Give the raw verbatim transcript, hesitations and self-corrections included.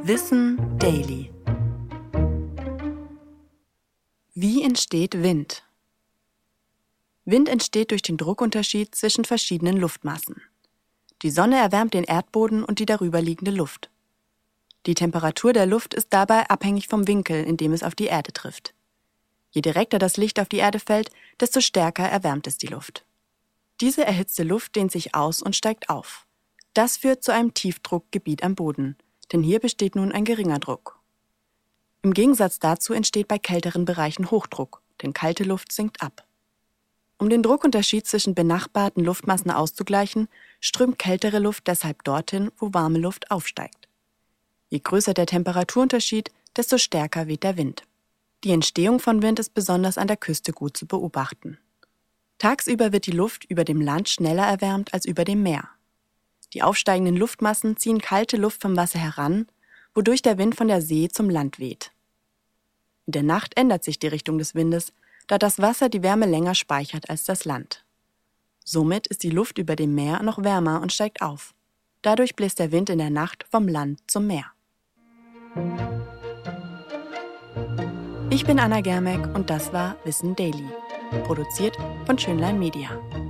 Wissen Daily. Wie entsteht Wind? Wind entsteht durch den Druckunterschied zwischen verschiedenen Luftmassen. Die Sonne erwärmt den Erdboden und die darüberliegende Luft. Die Temperatur der Luft ist dabei abhängig vom Winkel, in dem es auf die Erde trifft. Je direkter das Licht auf die Erde fällt, desto stärker erwärmt es die Luft. Diese erhitzte Luft dehnt sich aus und steigt auf. Das führt zu einem Tiefdruckgebiet am Boden, denn hier besteht nun ein geringer Druck. Im Gegensatz dazu entsteht bei kälteren Bereichen Hochdruck, denn kalte Luft sinkt ab. Um den Druckunterschied zwischen benachbarten Luftmassen auszugleichen, strömt kältere Luft deshalb dorthin, wo warme Luft aufsteigt. Je größer der Temperaturunterschied, desto stärker weht der Wind. Die Entstehung von Wind ist besonders an der Küste gut zu beobachten. Tagsüber wird die Luft über dem Land schneller erwärmt als über dem Meer. Die aufsteigenden Luftmassen ziehen kalte Luft vom Wasser heran, wodurch der Wind von der See zum Land weht. In der Nacht ändert sich die Richtung des Windes, da das Wasser die Wärme länger speichert als das Land. Somit ist die Luft über dem Meer noch wärmer und steigt auf. Dadurch bläst der Wind in der Nacht vom Land zum Meer. Ich bin Anna Germeck und das war Wissen Daily, produziert von Schönlein Media.